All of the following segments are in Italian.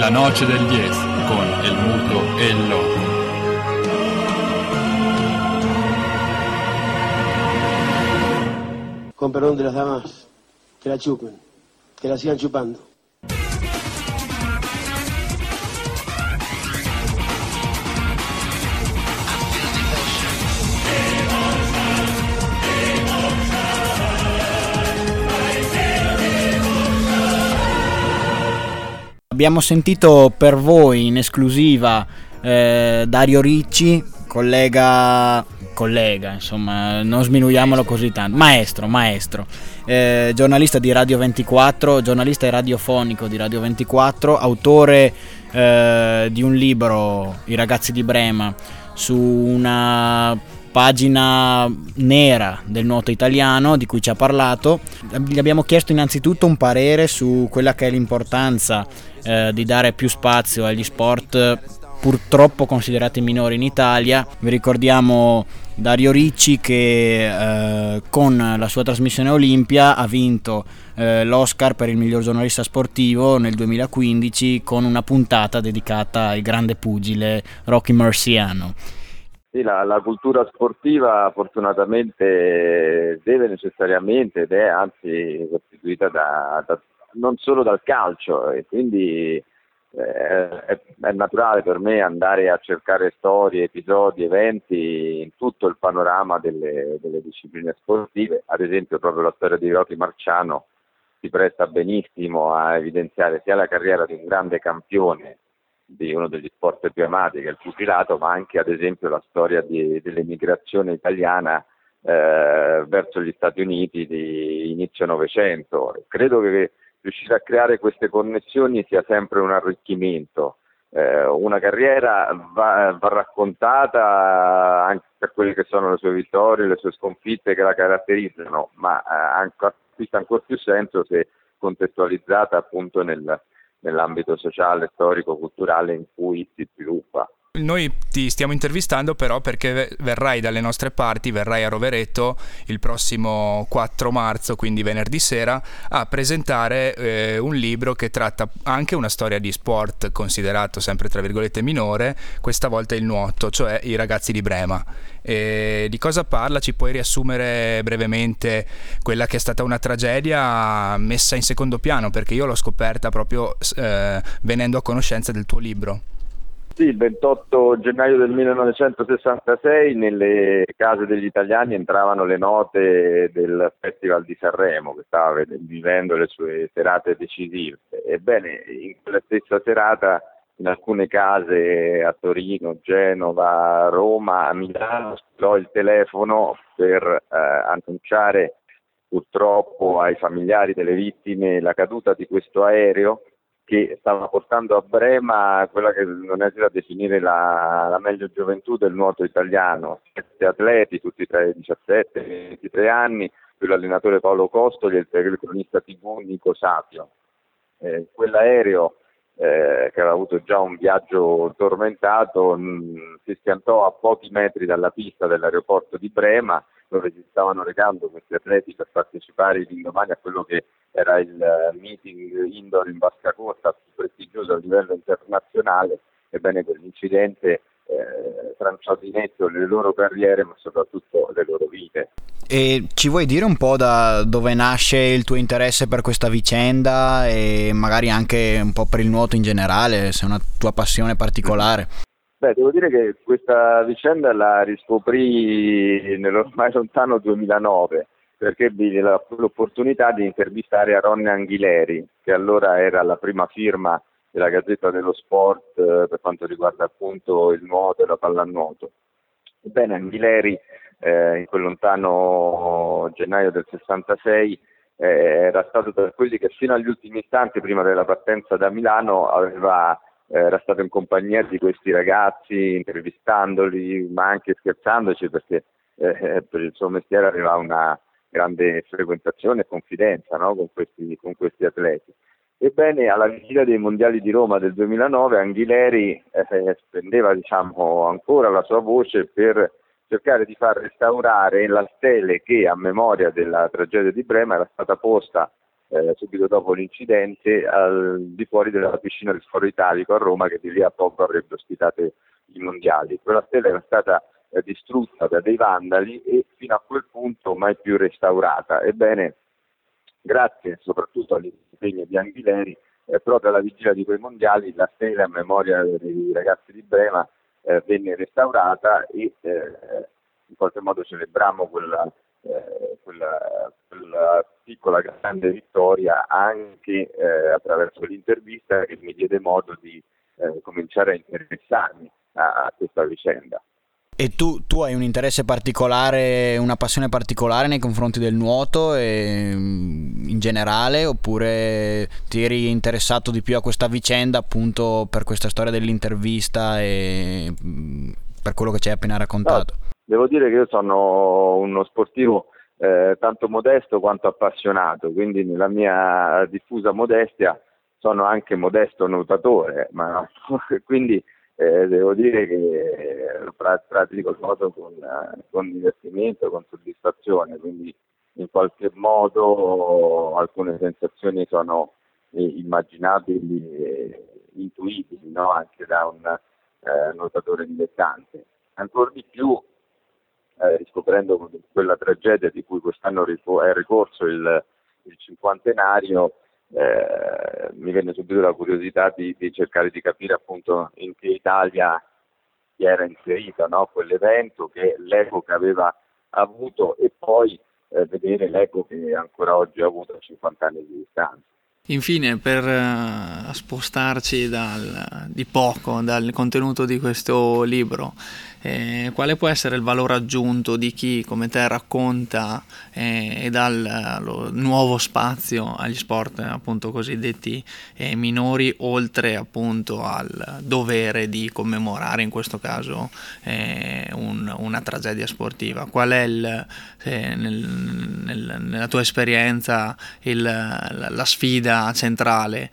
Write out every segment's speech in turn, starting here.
La noche del 10 con El Muto e el Loco. Con perdón de las damas, que la chupen, que la sigan chupando. Abbiamo sentito per voi in esclusiva Dario Ricci, collega, insomma, non sminuiamolo così tanto, maestro, giornalista di Radio 24, giornalista radiofonico di Radio 24, autore di un libro, I ragazzi di Brema, su una pagina nera del nuoto italiano di cui ci ha parlato. Gli abbiamo chiesto innanzitutto un parere su quella che è l'importanza di dare più spazio agli sport purtroppo considerati minori in Italia. Vi ricordiamo Dario Ricci che con la sua trasmissione Olimpia ha vinto l'Oscar per il miglior giornalista sportivo nel 2015 con una puntata dedicata al grande pugile Rocky Marciano. Sì, la cultura sportiva fortunatamente deve necessariamente ed è anzi costituita non solo dal calcio, e quindi è naturale per me andare a cercare storie, episodi, eventi in tutto il panorama delle discipline sportive. Ad esempio proprio la storia di Rocky Marciano si presta benissimo a evidenziare sia la carriera di un grande campione di uno degli sport più amati che è il pugilato, ma anche ad esempio la storia dell'emigrazione italiana verso gli Stati Uniti di inizio Novecento. Credo che riuscire a creare queste connessioni sia sempre un arricchimento. Una carriera va raccontata anche per quelle che sono le sue vittorie, le sue sconfitte che la caratterizzano, ma acquista ancora più senso se contestualizzata appunto nell'ambito sociale, storico, culturale in cui si sviluppa. Noi ti stiamo intervistando però perché verrai dalle nostre parti, verrai a Rovereto il prossimo 4 marzo, quindi venerdì sera, a presentare un libro che tratta anche una storia di sport considerato sempre tra virgolette minore, questa volta il nuoto, cioè I ragazzi di Brema. E di cosa parla? Ci puoi riassumere brevemente quella che è stata una tragedia messa in secondo piano? Perché io l'ho scoperta proprio venendo a conoscenza del tuo libro. Sì, il 28 gennaio del 1966 nelle case degli italiani entravano le note del Festival di Sanremo, che stava vivendo le sue serate decisive. Ebbene, in quella stessa serata in alcune case a Torino, Genova, Roma, a Milano squillò il telefono per annunciare purtroppo ai familiari delle vittime la caduta di questo aereo che stava portando a Brema quella che non esita a definire la meglio gioventù del nuoto italiano. 7 atleti, tutti tra i 17 e i 23 anni, più l'allenatore Paolo Costoli e il cronista TV Nico Sapio. Quell'aereo che aveva avuto già un viaggio tormentato si schiantò a pochi metri dalla pista dell'aeroporto di Brema, dove si stavano recando questi atleti per partecipare l'indomani a quello che era il meeting indoor in Vasca Corta, più prestigioso a livello internazionale. Ebbene, quell'incidente tranciò di netto le loro carriere, ma soprattutto le loro vite. E ci vuoi dire un po' da dove nasce il tuo interesse per questa vicenda e magari anche un po' per il nuoto in generale, se è una tua passione particolare? Beh, devo dire che questa vicenda la riscoprì nell'ormai lontano 2009, perché ebbi l'opportunità di intervistare Aronne Anghileri, che allora era la prima firma della Gazzetta dello Sport per quanto riguarda appunto il nuoto e la pallanuoto. Ebbene, Anghileri in quel lontano gennaio del 66 era stato tra quelli che fino agli ultimi istanti prima della partenza da Milano era stato in compagnia di questi ragazzi, intervistandoli, ma anche scherzandoci, perché per il suo mestiere aveva una grande frequentazione e confidenza, no? con questi atleti. Ebbene, alla vigilia dei mondiali di Roma del 2009 Anghileri spendeva ancora la sua voce per cercare di far restaurare la stele che a memoria della tragedia di Brema era stata posta subito dopo l'incidente, al di fuori della piscina del Foro Italico a Roma, che di lì a poco avrebbe ospitato i mondiali. Quella stella era stata distrutta da dei vandali e fino a quel punto mai più restaurata. Ebbene, grazie soprattutto all'impegno di Anghileri, proprio alla vigilia di quei mondiali la stella in memoria dei ragazzi di Brema venne restaurata e in qualche modo celebrammo quella piccola grande vittoria anche attraverso l'intervista che mi diede modo di cominciare a interessarmi a questa vicenda. E tu hai un interesse particolare, una passione particolare nei confronti del nuoto in generale, oppure ti eri interessato di più a questa vicenda appunto per questa storia dell'intervista e per quello che ci hai appena raccontato? No, devo dire che io sono uno sportivo tanto modesto quanto appassionato, quindi nella mia diffusa modestia sono anche modesto nuotatore, ma quindi devo dire che pratico il nuoto con divertimento, con soddisfazione, quindi in qualche modo alcune sensazioni sono immaginabili e intuibili, no? Anche da un nuotatore dilettante. Ancora di più riscoprendo quella tragedia di cui quest'anno è ricorso il cinquantenario, mi venne subito la curiosità di cercare di capire appunto in che Italia si era inserito, no? Quell'evento, che l'eco aveva avuto e poi vedere l'eco che ancora oggi ha avuto a 50 anni di distanza. Infine, per spostarci di poco dal contenuto di questo libro, quale può essere il valore aggiunto di chi come te racconta e dà lo nuovo spazio agli sport appunto cosiddetti minori, oltre appunto al dovere di commemorare in questo caso una tragedia sportiva? Qual è nella tua esperienza la sfida centrale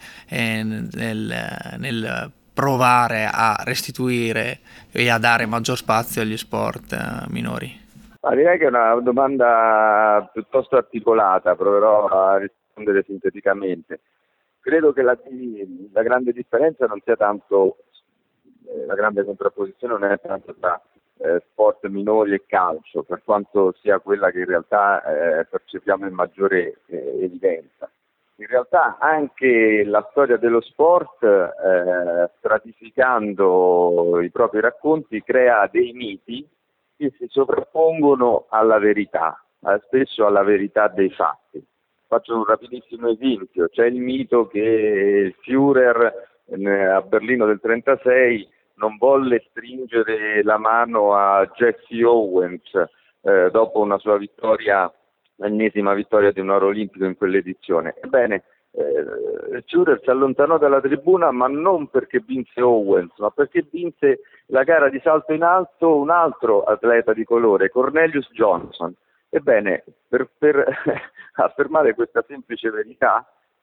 nel provare a restituire e a dare maggior spazio agli sport minori? Direi che è una domanda piuttosto articolata, proverò a rispondere sinteticamente. Credo che la grande differenza non sia tanto, la grande contrapposizione non è tanto tra sport minori e calcio, per quanto sia quella che in realtà percepiamo in maggiore evidenza. In realtà anche la storia dello sport, stratificando i propri racconti, crea dei miti che si sovrappongono alla verità, spesso alla verità dei fatti. Faccio un rapidissimo esempio: c'è il mito che il Führer a Berlino del 1936 non volle stringere la mano a Jesse Owens dopo una sua vittoria, l'ennesima vittoria di un oro olimpico in quell'edizione. Ebbene, il Führer si allontanò dalla tribuna, ma non perché vinse Owens, ma perché vinse la gara di salto in alto un altro atleta di colore, Cornelius Johnson. Ebbene, per affermare questa semplice verità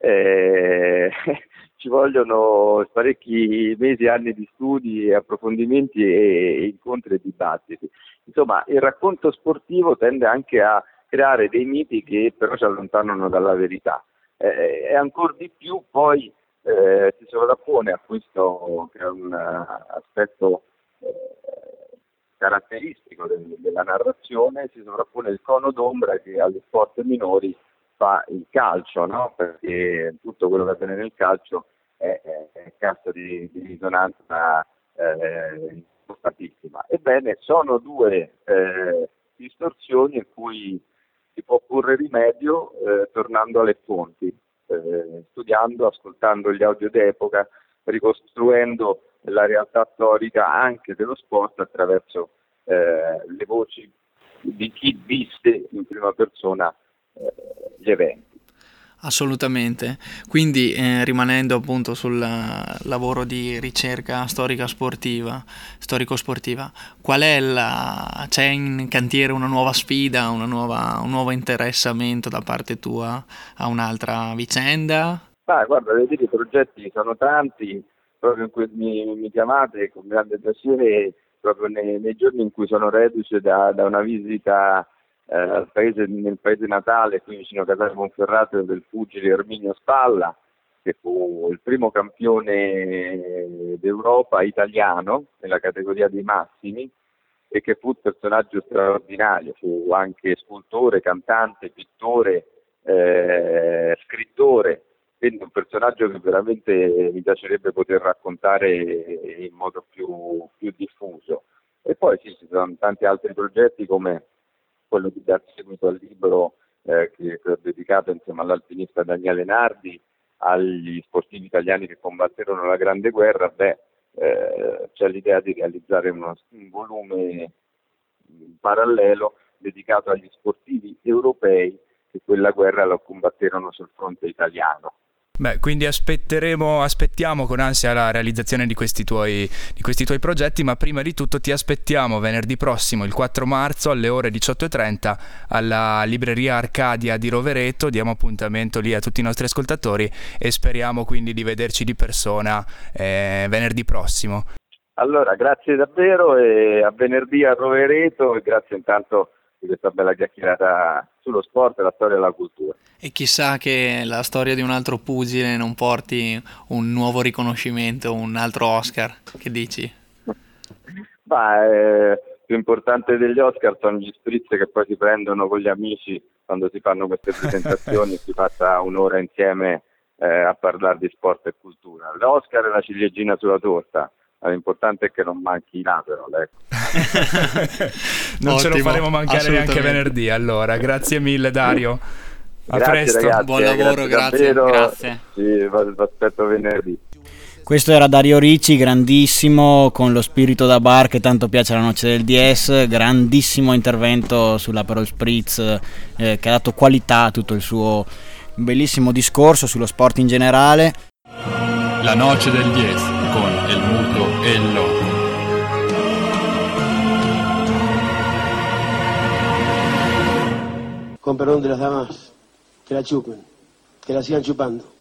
ci vogliono parecchi mesi, anni di studi, approfondimenti e incontri e dibattiti. Insomma, il racconto sportivo tende anche a creare dei miti che però ci allontanano dalla verità. E ancora di più poi si sovrappone a questo, che è un aspetto caratteristico della narrazione, si sovrappone il cono d'ombra che agli sport minori fa il calcio, no? Perché tutto quello che avviene nel calcio è cassa di risonanza importantissima. Ebbene, sono due distorsioni a cui si può porre rimedio tornando alle fonti, studiando, ascoltando gli audio d'epoca, ricostruendo la realtà storica anche dello sport attraverso le voci di chi visse in prima persona gli eventi. Assolutamente. Quindi rimanendo appunto sul lavoro di ricerca storico-sportiva, qual è c'è in cantiere una nuova sfida, un nuovo interessamento da parte tua a un'altra vicenda? Guarda, devo dire, i progetti sono tanti, proprio in cui mi chiamate con grande piacere, proprio nei giorni in cui sono reduce da una visita nel paese natale, qui vicino a Casale Monferrato, del pugile Erminio Spalla, che fu il primo campione d'Europa italiano nella categoria dei massimi e che fu un personaggio straordinario, fu anche scultore, cantante, pittore, scrittore, quindi un personaggio che veramente mi piacerebbe poter raccontare in modo più diffuso. E poi sì, ci sono tanti altri progetti come quello di dar seguito al libro che ho dedicato insieme all'alpinista Daniele Nardi agli sportivi italiani che combatterono la Grande Guerra. C'è l'idea di realizzare un volume parallelo dedicato agli sportivi europei che quella guerra la combatterono sul fronte italiano. Beh, quindi aspettiamo con ansia la realizzazione di questi tuoi progetti, ma prima di tutto ti aspettiamo venerdì prossimo, il 4 marzo, alle ore 18:30 alla libreria Arcadia di Rovereto. Diamo appuntamento lì a tutti i nostri ascoltatori e speriamo quindi di vederci di persona venerdì prossimo. Allora, grazie davvero e a venerdì a Rovereto, e grazie intanto di questa bella chiacchierata sullo sport, la storia e la cultura. E chissà che la storia di un altro pugile non porti un nuovo riconoscimento, un altro Oscar, che dici? Più importante degli Oscar sono gli spritz che poi si prendono con gli amici quando si fanno queste presentazioni e si passa un'ora insieme a parlare di sport e cultura. L'Oscar è la ciliegina sulla torta. L'importante è che non manchi là, però ecco. Non Ottimo, ce lo faremo mancare neanche venerdì. Allora, grazie mille Dario. A Grazie, presto. ragazzi, Buon lavoro, grazie. Grazie. Sì, vi aspetto venerdì. Questo era Dario Ricci, grandissimo, con lo spirito da bar che tanto piace alla noce del DS, grandissimo intervento sull'Aperol Spritz che ha dato qualità a tutto il suo bellissimo discorso sullo sport in generale. La noce del 10 con el muto e el loco. Con perdón de las damas, que la chupen, que la sigan chupando.